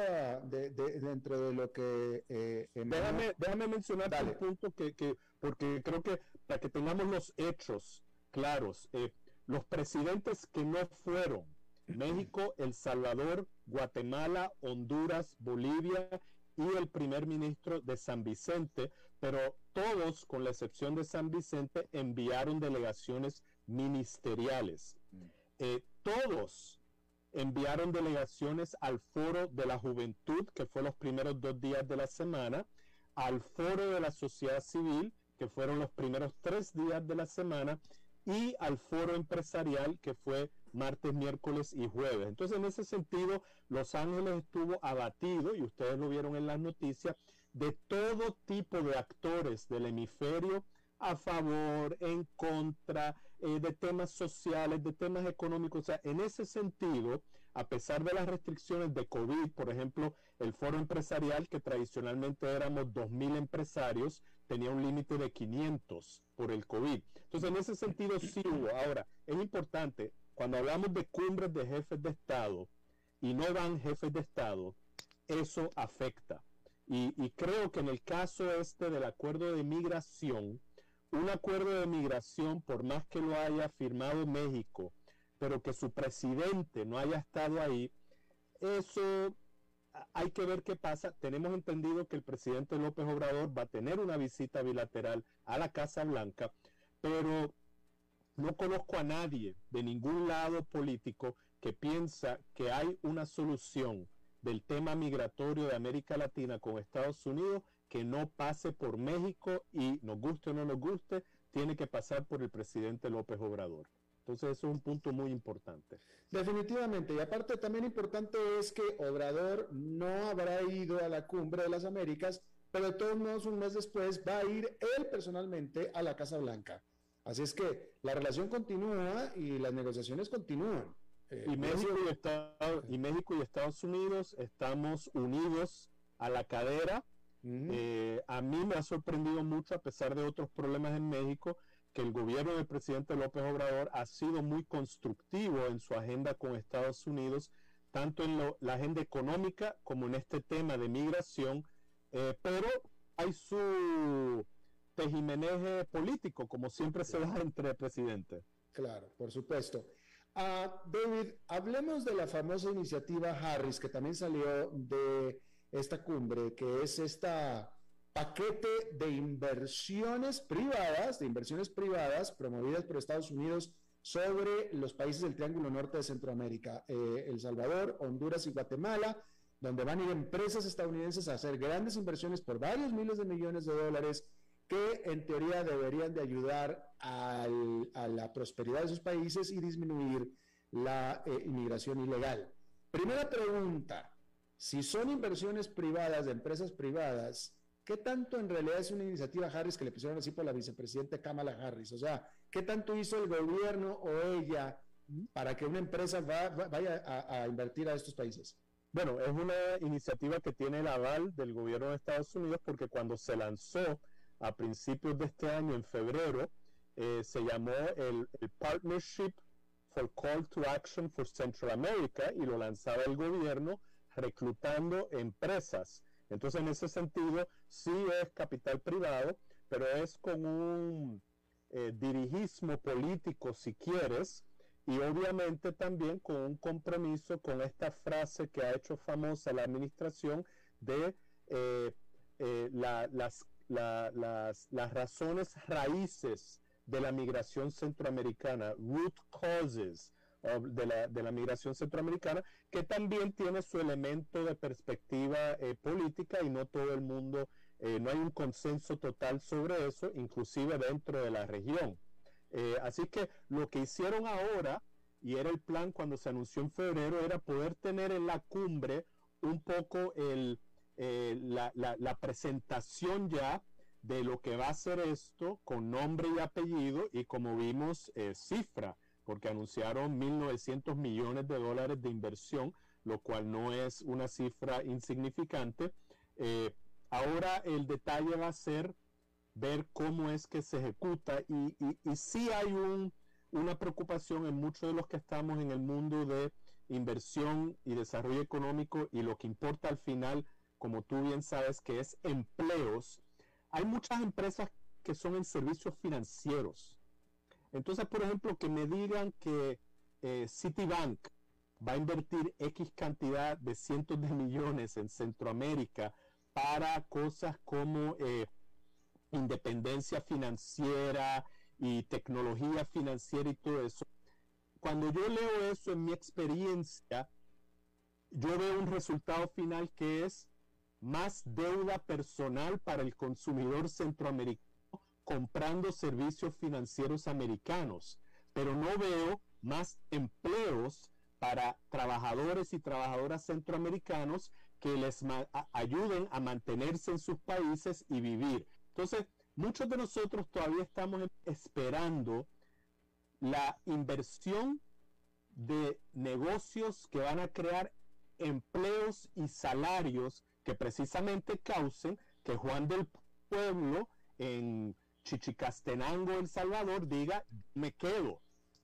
dentro de lo que... déjame mencionar un punto porque creo que para que tengamos los hechos claros, los presidentes que no fueron, México, El Salvador, Guatemala, Honduras, Bolivia y el primer ministro de San Vicente, pero todos, con la excepción de San Vicente, enviaron delegaciones ministeriales. Todos enviaron delegaciones al Foro de la Juventud, que fue los primeros 2 días de la semana, al Foro de la Sociedad Civil, que fueron los primeros 3 días de la semana, y al Foro Empresarial, que fue martes, miércoles y jueves. Entonces, en ese sentido, Los Ángeles estuvo abatido, y ustedes lo vieron en las noticias, de todo tipo de actores del hemisferio, a favor, en contra, de temas sociales, de temas económicos. O sea, en ese sentido, a pesar de las restricciones de COVID, por ejemplo, el Foro Empresarial, que tradicionalmente éramos 2,000 empresarios, tenía un límite de 500 por el COVID. Entonces, en ese sentido sí hubo. Ahora, es importante, cuando hablamos de cumbres de jefes de Estado y no van jefes de Estado, eso afecta. Y creo que en el caso del acuerdo de migración, un acuerdo de migración, por más que lo haya firmado México, pero que su presidente no haya estado ahí, eso hay que ver qué pasa. Tenemos entendido que el presidente López Obrador va a tener una visita bilateral a la Casa Blanca, pero no conozco a nadie de ningún lado político que piensa que hay una solución del tema migratorio de América Latina con Estados Unidos que no pase por México, y nos guste o no nos guste, tiene que pasar por el presidente López Obrador. Entonces eso es un punto muy importante. Definitivamente, y aparte también importante es que Obrador no habrá ido a la Cumbre de las Américas, pero de todos modos un mes después va a ir él personalmente a la Casa Blanca. Así es que la relación continúa y las negociaciones continúan. Y México y Estados Unidos estamos unidos a la cadera. A mí me ha sorprendido mucho, a pesar de otros problemas en México, que el gobierno del presidente López Obrador ha sido muy constructivo en su agenda con Estados Unidos, tanto en la agenda económica como en este tema de migración, pero hay su tejimeneje político, como siempre se da entre presidentes. Claro, por supuesto. David, hablemos de la famosa iniciativa Harris, que también salió de esta cumbre, que es esta paquete de inversiones privadas promovidas por Estados Unidos sobre los países del Triángulo Norte de Centroamérica, El Salvador, Honduras y Guatemala, donde van a ir empresas estadounidenses a hacer grandes inversiones por varios miles de millones de dólares que en teoría deberían de ayudar a la prosperidad de sus países y disminuir la inmigración ilegal. Primera pregunta, si son inversiones privadas de empresas privadas, ¿qué tanto en realidad es una iniciativa Harris que le pusieron así por la vicepresidenta Kamala Harris? O sea, ¿qué tanto hizo el gobierno o ella para que una empresa vaya a invertir a estos países? Bueno, es una iniciativa que tiene el aval del gobierno de Estados Unidos porque cuando se lanzó a principios de este año, en febrero, se llamó el Partnership for Call to Action for Central America y lo lanzaba el gobierno reclutando empresas. Entonces, en ese sentido, sí es capital privado, pero es con un dirigismo político, si quieres, y obviamente también con un compromiso con esta frase que ha hecho famosa la administración de las razones raíces de la migración centroamericana, root causes de la migración centroamericana, que también tiene su elemento de perspectiva política y no todo el mundo, no hay un consenso total sobre eso, inclusive dentro de la región. Así que lo que hicieron ahora, y era el plan cuando se anunció en febrero, era poder tener en la cumbre un poco la presentación ya de lo que va a ser esto con nombre y apellido y, como vimos, cifra, porque anunciaron 1.900 millones de dólares de inversión, lo cual no es una cifra insignificante. Ahora el detalle va a ser ver cómo es que se ejecuta y sí hay una preocupación en muchos de los que estamos en el mundo de inversión y desarrollo económico, y lo que importa al final, como tú bien sabes, que es empleos. Hay muchas empresas que son en servicios financieros. Entonces, por ejemplo, que me digan que Citibank va a invertir X cantidad de cientos de millones en Centroamérica para cosas como independencia financiera y tecnología financiera y todo eso. Cuando yo leo eso en mi experiencia, yo veo un resultado final que es más deuda personal para el consumidor centroamericano comprando servicios financieros americanos, pero no veo más empleos para trabajadores y trabajadoras centroamericanos que les ayuden a mantenerse en sus países y vivir. Entonces, muchos de nosotros todavía estamos esperando la inversión de negocios que van a crear empleos y salarios que precisamente causen que Juan del Pueblo en Chichicastenango, El Salvador, diga, me quedo.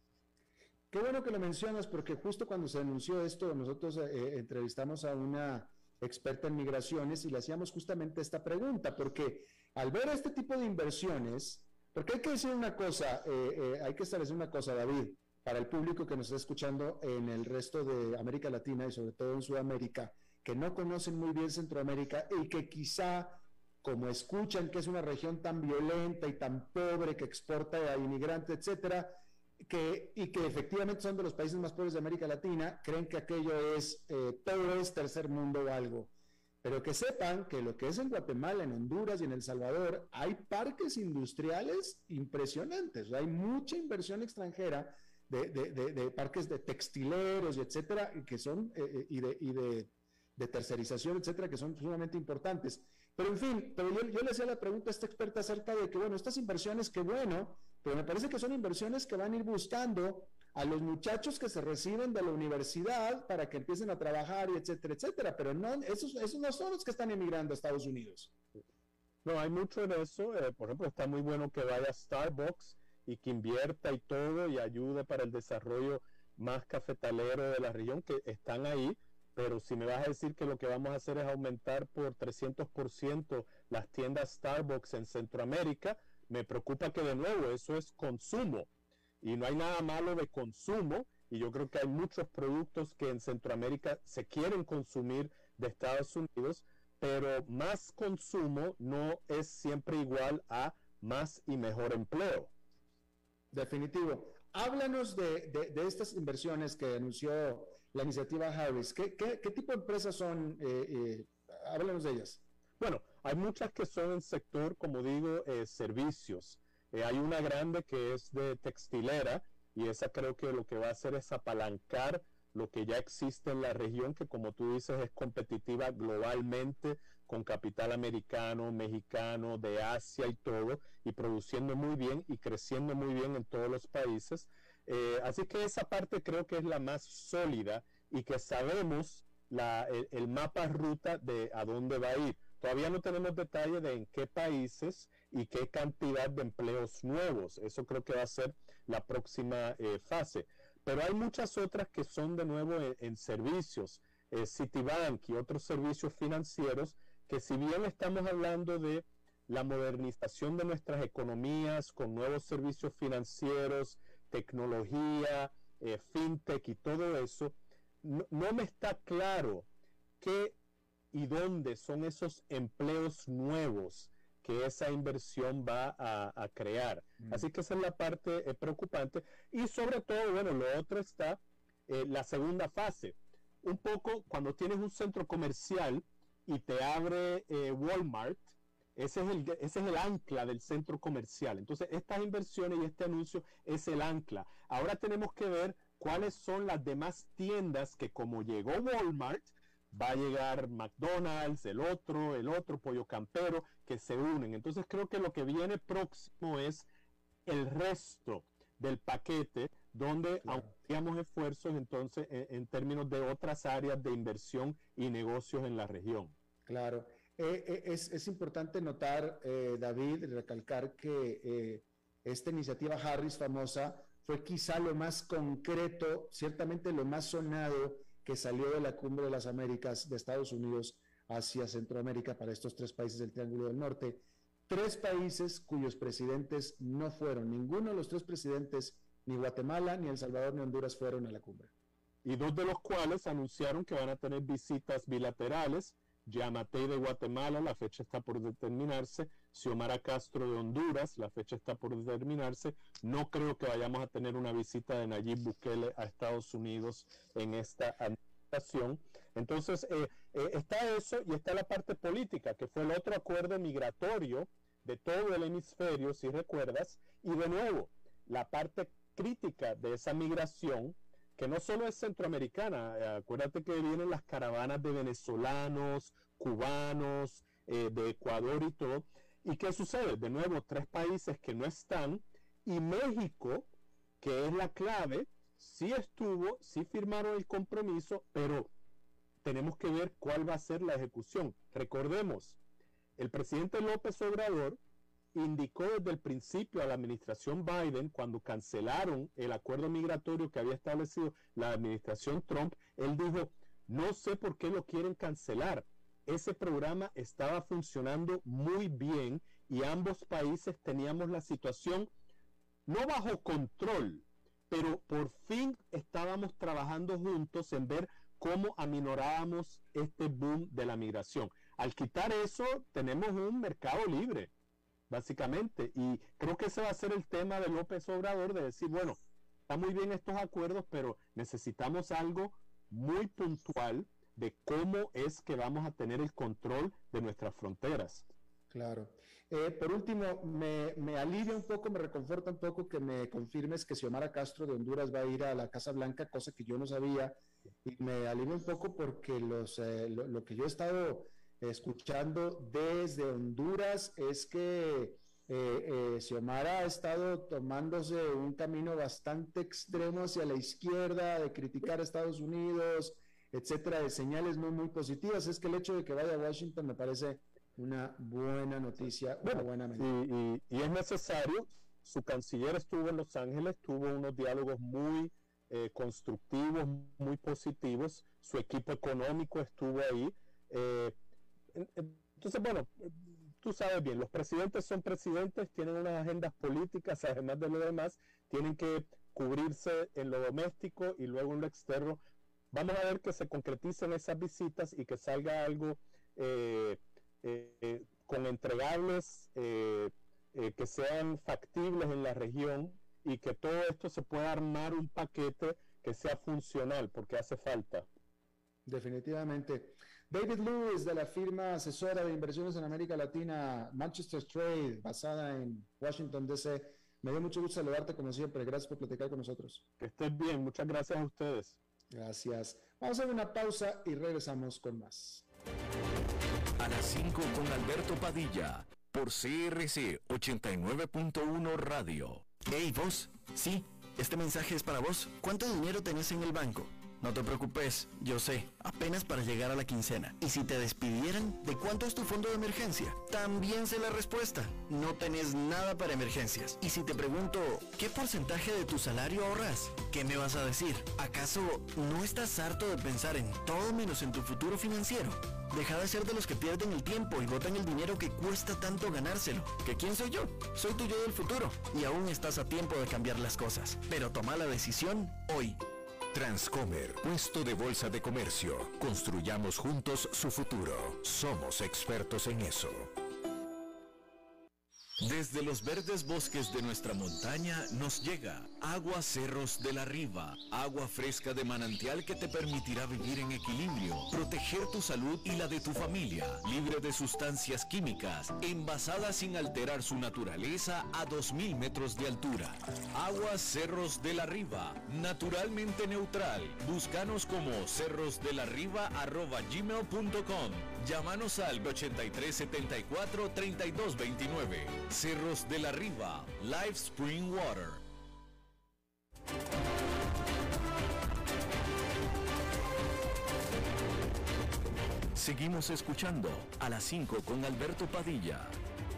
Qué bueno que lo mencionas, porque justo cuando se anunció esto, nosotros entrevistamos a una experta en migraciones y le hacíamos justamente esta pregunta, porque al ver este tipo de inversiones, porque hay que decir una cosa, hay que establecer una cosa, David, para el público que nos está escuchando en el resto de América Latina y sobre todo en Sudamérica, que no conocen muy bien Centroamérica y que quizá, como escuchan que es una región tan violenta y tan pobre que exporta a inmigrantes, etcétera, y que efectivamente son de los países más pobres de América Latina, creen que aquello es, todo es tercer mundo o algo. Pero que sepan que lo que es en Guatemala, en Honduras y en El Salvador, hay parques industriales impresionantes. O sea, hay mucha inversión extranjera de parques de textileros y etcétera, que son, y de tercerización, etcétera, que son sumamente importantes. Pero en fin, yo le hacía la pregunta a esta experta acerca de que, bueno, estas inversiones, qué bueno, pero me parece que son inversiones que van a ir buscando a los muchachos que se reciben de la universidad para que empiecen a trabajar y etcétera, etcétera, pero no, esos no son los que están emigrando a Estados Unidos. No, hay mucho de eso. Por ejemplo, está muy bueno que vaya a Starbucks y que invierta y todo y ayude para el desarrollo más cafetalero de la región, que están ahí. Pero si me vas a decir que lo que vamos a hacer es aumentar por 300% las tiendas Starbucks en Centroamérica, me preocupa que de nuevo eso es consumo. Y no hay nada malo de consumo, y yo creo que hay muchos productos que en Centroamérica se quieren consumir de Estados Unidos, pero más consumo no es siempre igual a más y mejor empleo. Definitivo. Háblanos de estas inversiones que anunció la iniciativa Harris. ¿Qué tipo de empresas son? Háblanos de ellas. Bueno, hay muchas que son en sector, como digo, servicios. Hay una grande que es de textilera, y esa creo que lo que va a hacer es apalancar lo que ya existe en la región, que como tú dices es competitiva globalmente, con capital americano, mexicano, de Asia y todo, y produciendo muy bien y creciendo muy bien en todos los países. Así que esa parte creo que es la más sólida y que sabemos el mapa ruta de a dónde va a ir. Todavía no tenemos detalle de en qué países y qué cantidad de empleos nuevos. Eso creo que va a ser la próxima fase. Pero hay muchas otras que son de nuevo en servicios, Citibank y otros servicios financieros, que si bien estamos hablando de la modernización de nuestras economías con nuevos servicios financieros, tecnología, fintech y todo eso, no me está claro qué y dónde son esos empleos nuevos que esa inversión va a crear. Así que esa es la parte preocupante. Y sobre todo, bueno, lo otro está la segunda fase. Un poco cuando tienes un centro comercial y te abre Walmart, ese es el ancla del centro comercial. Entonces, estas inversiones y este anuncio es el ancla. Ahora tenemos que ver cuáles son las demás tiendas que, como llegó Walmart, va a llegar McDonald's, el otro, Pollo Campero, que se unen. Entonces creo que lo que viene próximo es el resto del paquete, donde ampliamos esfuerzos entonces en términos de otras áreas de inversión y negocios en la región. Claro. Es importante notar, David, recalcar que esta iniciativa Harris famosa fue quizá lo más concreto, ciertamente lo más sonado que salió de la Cumbre de las Américas de Estados Unidos hacia Centroamérica para estos 3 países del Triángulo del Norte. 3 países cuyos presidentes no fueron, ninguno de los 3 presidentes, ni Guatemala, ni El Salvador, ni Honduras fueron a la cumbre. Y 2 de los cuales anunciaron que van a tener visitas bilaterales. Yamatei de Guatemala, la fecha está por determinarse. Xiomara Castro de Honduras, la fecha está por determinarse. No creo que vayamos a tener una visita de Nayib Bukele a Estados Unidos en esta administración. Entonces, está eso y está la parte política, que fue el otro acuerdo migratorio de todo el hemisferio, si recuerdas. Y de nuevo, la parte crítica de esa migración, que no solo es centroamericana, acuérdate que vienen las caravanas de venezolanos, cubanos, de Ecuador y todo. ¿Y qué sucede? De nuevo, 3 países que no están, y México, que es la clave, sí estuvo, sí firmaron el compromiso, pero tenemos que ver cuál va a ser la ejecución. Recordemos, el presidente López Obrador indicó desde el principio a la administración Biden, cuando cancelaron el acuerdo migratorio que había establecido la administración Trump, él dijo, no sé por qué lo quieren cancelar. Ese programa estaba funcionando muy bien y ambos países teníamos la situación no bajo control, pero por fin estábamos trabajando juntos en ver cómo aminorábamos este boom de la migración. Al quitar eso, tenemos un mercado libre, básicamente, y creo que ese va a ser el tema de López Obrador, de decir, bueno, está muy bien estos acuerdos, pero necesitamos algo muy puntual de cómo es que vamos a tener el control de nuestras fronteras. Claro. Por último, me alivia un poco, me reconforta un poco que me confirmes que Xiomara Castro de Honduras va a ir a la Casa Blanca, cosa que yo no sabía, y me alivia un poco porque lo que yo he estado escuchando desde Honduras es que Xiomara ha estado tomándose un camino bastante extremo hacia la izquierda, de criticar a Estados Unidos, etcétera, de señales no muy positivas. Es que el hecho de que vaya a Washington me parece una buena noticia, una buena medida. Y es necesario. Su canciller estuvo en Los Ángeles, tuvo unos diálogos muy constructivos, muy positivos. Su equipo económico estuvo ahí. Entonces, bueno, tú sabes bien, los presidentes son presidentes, tienen unas agendas políticas, además de lo demás, tienen que cubrirse en lo doméstico y luego en lo externo. Vamos a ver que se concreticen esas visitas y que salga algo con entregables que sean factibles en la región, y que todo esto se pueda armar un paquete que sea funcional, porque hace falta. Definitivamente. David Lewis, de la firma asesora de inversiones en América Latina, Manchester Trade, basada en Washington, D.C. Me dio mucho gusto saludarte como siempre. Gracias por platicar con nosotros. Que estés bien. Muchas gracias a ustedes. Gracias. Vamos a hacer una pausa y regresamos con más. A las 5 con Alberto Padilla, por CRC 89.1 Radio. Hey, vos. Sí, este mensaje es para vos. ¿Cuánto dinero tenés en el banco? No te preocupes, yo sé, apenas para llegar a la quincena. Y si te despidieran, ¿de cuánto es tu fondo de emergencia? También sé la respuesta. No tenés nada para emergencias. Y si te pregunto, ¿qué porcentaje de tu salario ahorras? ¿Qué me vas a decir? ¿Acaso no estás harto de pensar en todo menos en tu futuro financiero? Deja de ser de los que pierden el tiempo y botan el dinero que cuesta tanto ganárselo. ¿Que quién soy yo? Soy tu yo del futuro. Y aún estás a tiempo de cambiar las cosas. Pero toma la decisión hoy. Transcomer, puesto de bolsa de comercio. Construyamos juntos su futuro. Somos expertos en eso. Desde los verdes bosques de nuestra montaña nos llega Agua Cerros de la Riva, agua fresca de manantial que te permitirá vivir en equilibrio, proteger tu salud y la de tu familia, libre de sustancias químicas, envasada sin alterar su naturaleza a 2000 metros de altura. Agua Cerros de la Riva, naturalmente neutral. Búscanos como cerrosdelarriba@gmail.com. Llámanos al 8374-3229. Cerros de la Riva, Live Spring Water. Seguimos escuchando a las 5 con Alberto Padilla.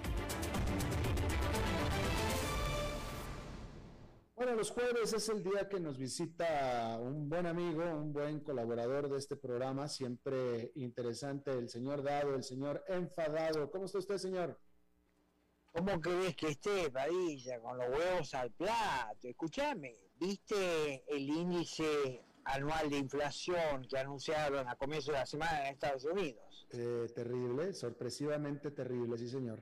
Bueno, los jueves es el día que nos visita un buen amigo, un buen colaborador de este programa, siempre interesante, el señor Dado, el señor Enfadado. ¿Cómo está usted, señor? ¿Cómo querés que esté, Padilla, con los huevos al plato? Escuchame, ¿viste el índice anual de inflación que anunciaron a comienzo de la semana en Estados Unidos? Terrible, sorpresivamente terrible, sí, señor.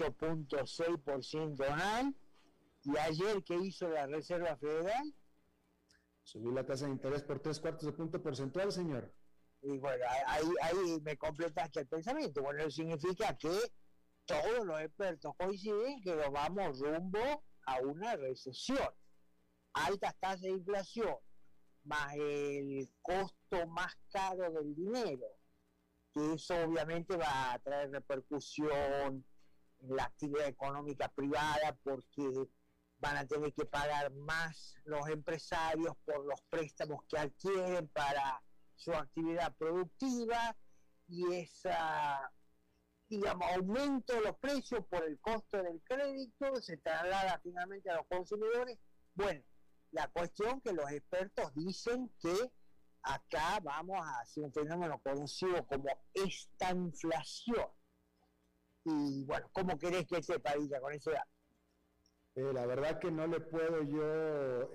8.6% anual. ¿Y ayer qué hizo la Reserva Federal? Subió la tasa de interés por 3/4 de punto porcentual, señor. Y bueno, ahí me completaste el pensamiento. Bueno, eso significa que todos los expertos coinciden que nos vamos rumbo a una recesión. Altas tasas de inflación, más el costo más caro del dinero, que eso obviamente va a traer repercusión en la actividad económica privada, porque van a tener que pagar más los empresarios por los préstamos que adquieren para su actividad productiva, y esa, digamos, aumento de los precios por el costo del crédito se traslada finalmente a los consumidores. Bueno, la cuestión que los expertos dicen que acá vamos a hacer un fenómeno conocido como estanflación. Y bueno, ¿cómo querés que esté, Padilla, con ese dato? La verdad que no le puedo yo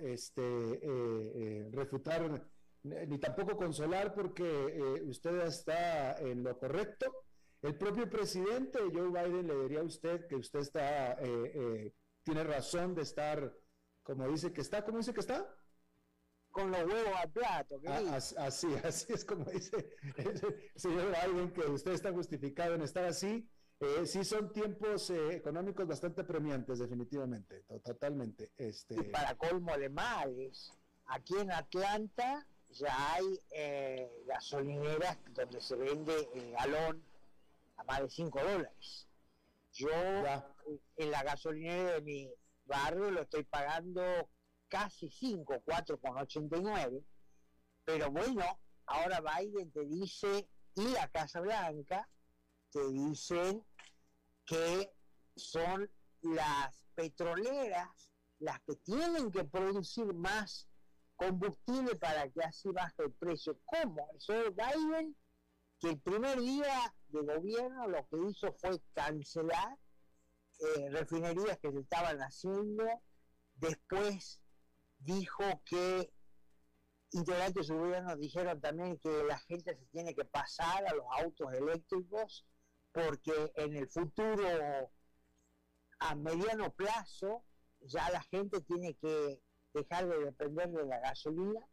refutar ni tampoco consolar, porque usted está en lo correcto. El propio presidente Joe Biden le diría a usted que usted está tiene razón de estar como dice que está. ¿Cómo dice que está? Con los huevos al plato. Así es como dice el señor Biden, que usted está justificado en estar así. Sí, son tiempos económicos bastante premiantes, definitivamente, totalmente. Y para colmo de males, aquí en Atlanta ya hay gasolineras donde se vende el galón a más de $5. Yo en la gasolinera de mi barrio lo estoy pagando casi 5, 4,89, pero bueno, ahora Biden te dice, y la Casa Blanca te dicen que son las petroleras las que tienen que producir más combustible para que así baje el precio. ¿Cómo? El señor Biden, que el primer día de gobierno lo que hizo fue cancelar refinerías que se estaban haciendo, después dijo que integrantes de su gobierno dijeron también que la gente se tiene que pasar a los autos eléctricos, porque en el futuro, a mediano plazo, ya la gente tiene que dejar de depender de la gasolina.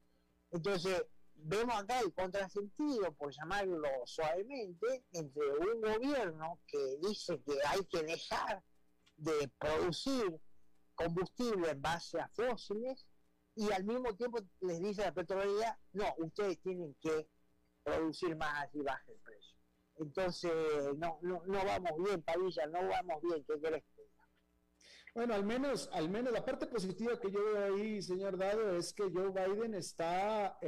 Entonces, vemos acá el contrasentido, por llamarlo suavemente, entre un gobierno que dice que hay que dejar de producir combustible en base a fósiles y al mismo tiempo les dice a la petrolera, no, ustedes tienen que producir más y bajar el precio. Entonces, no vamos bien, Padilla, no vamos bien, ¿qué querés que diga? Bueno, al menos la parte positiva que yo veo ahí, señor Dado, es que Joe Biden está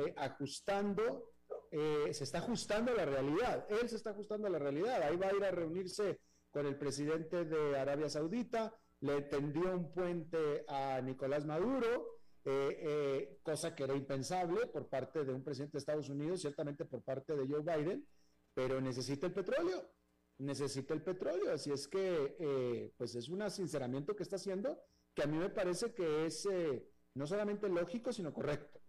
se está ajustando a la realidad. Él se está ajustando a la realidad. Ahí va a ir a reunirse con el presidente de Arabia Saudita, le tendió un puente a Nicolás Maduro, cosa que era impensable por parte de un presidente de Estados Unidos, ciertamente por parte de Joe Biden, pero necesita el petróleo, así es que pues es un sinceramiento que está haciendo, que a mí me parece que es no solamente lógico, sino correcto.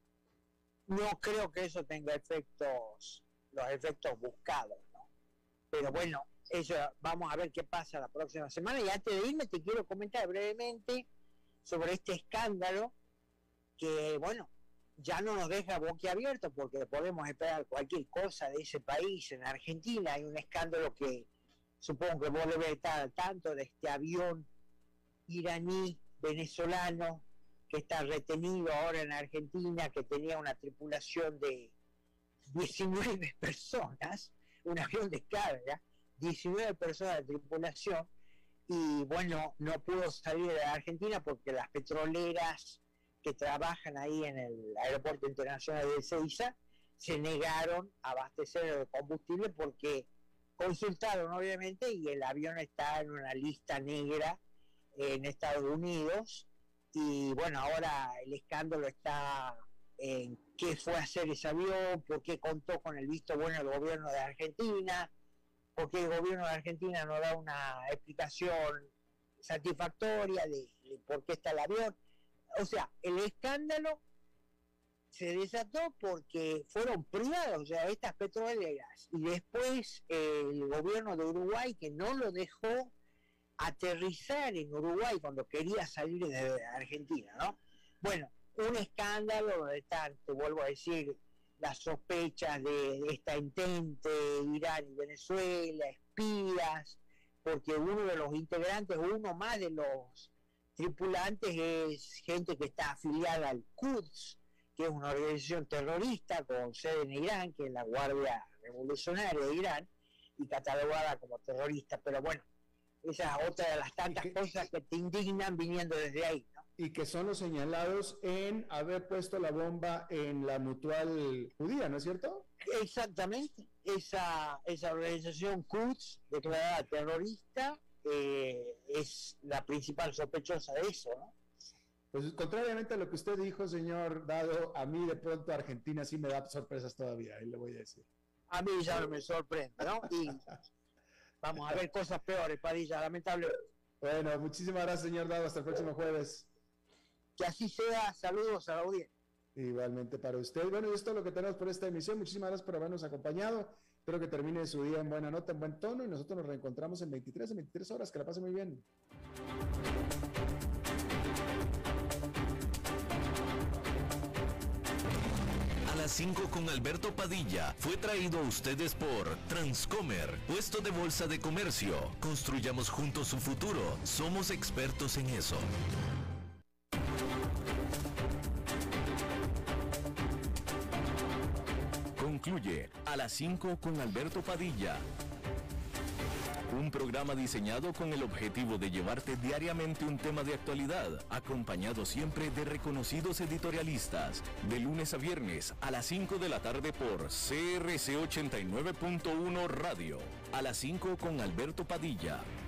No creo que eso tenga los efectos buscados, ¿no? Pero bueno, eso vamos a ver qué pasa la próxima semana, y antes de irme te quiero comentar brevemente sobre este escándalo que, bueno, ya no nos deja boquiabiertos porque podemos esperar cualquier cosa de ese país. En Argentina hay un escándalo que supongo que vos debes estar al tanto, de este avión iraní venezolano que está retenido ahora en Argentina, que tenía una tripulación de 19 personas, un avión de carga, 19 personas de tripulación, y bueno, no pudo salir de Argentina porque las petroleras que trabajan ahí en el aeropuerto internacional de Ezeiza se negaron a abastecer de combustible porque consultaron obviamente, y el avión está en una lista negra en Estados Unidos. Y bueno, ahora el escándalo está en qué fue a hacer ese avión, por qué contó con el visto bueno del gobierno de Argentina, por qué el gobierno de Argentina no da una explicación satisfactoria de por qué está el avión. O sea, el escándalo se desató porque fueron privados, o sea, estas petroleras, y después el gobierno de Uruguay, que no lo dejó aterrizar en Uruguay cuando quería salir de Argentina, ¿no? Bueno, un escándalo donde están, te vuelvo a decir, las sospechas de esta entente Irán y Venezuela, espías, porque uno de los integrantes, uno más de los tripulantes, es gente que está afiliada al Quds, que es una organización terrorista con sede en Irán, que es la Guardia Revolucionaria de Irán, y catalogada como terrorista. Pero bueno, esa es otra de las tantas cosas que te indignan viniendo desde ahí, ¿no? Y que son los señalados en haber puesto la bomba en la Mutual Judía, ¿no es cierto? Exactamente, esa organización Quds, declarada terrorista, es la principal sospechosa de eso, ¿no? Pues contrariamente a lo que usted dijo, señor Dado, a mí de pronto Argentina sí me da sorpresas todavía, ahí le voy a decir. A mí ya no me sorprende, ¿no? Y vamos a ver cosas peores, Padilla, lamentablemente. Bueno, muchísimas gracias, señor Dado, hasta el próximo jueves. Que así sea, saludos a la audiencia. Igualmente para usted. Bueno, y esto es lo que tenemos por esta emisión. Muchísimas gracias por habernos acompañado. Espero que termine su día en buena nota, en buen tono, y nosotros nos reencontramos en 23 horas. Que la pase muy bien. A las 5 con Alberto Padilla fue traído a ustedes por Transcomer, puesto de bolsa de comercio. Construyamos juntos su futuro. Somos expertos en eso. Concluye A las 5 con Alberto Padilla. Un programa diseñado con el objetivo de llevarte diariamente un tema de actualidad, acompañado siempre de reconocidos editorialistas, de lunes a viernes a las 5 de la tarde por CRC 89.1 Radio. A las 5 con Alberto Padilla.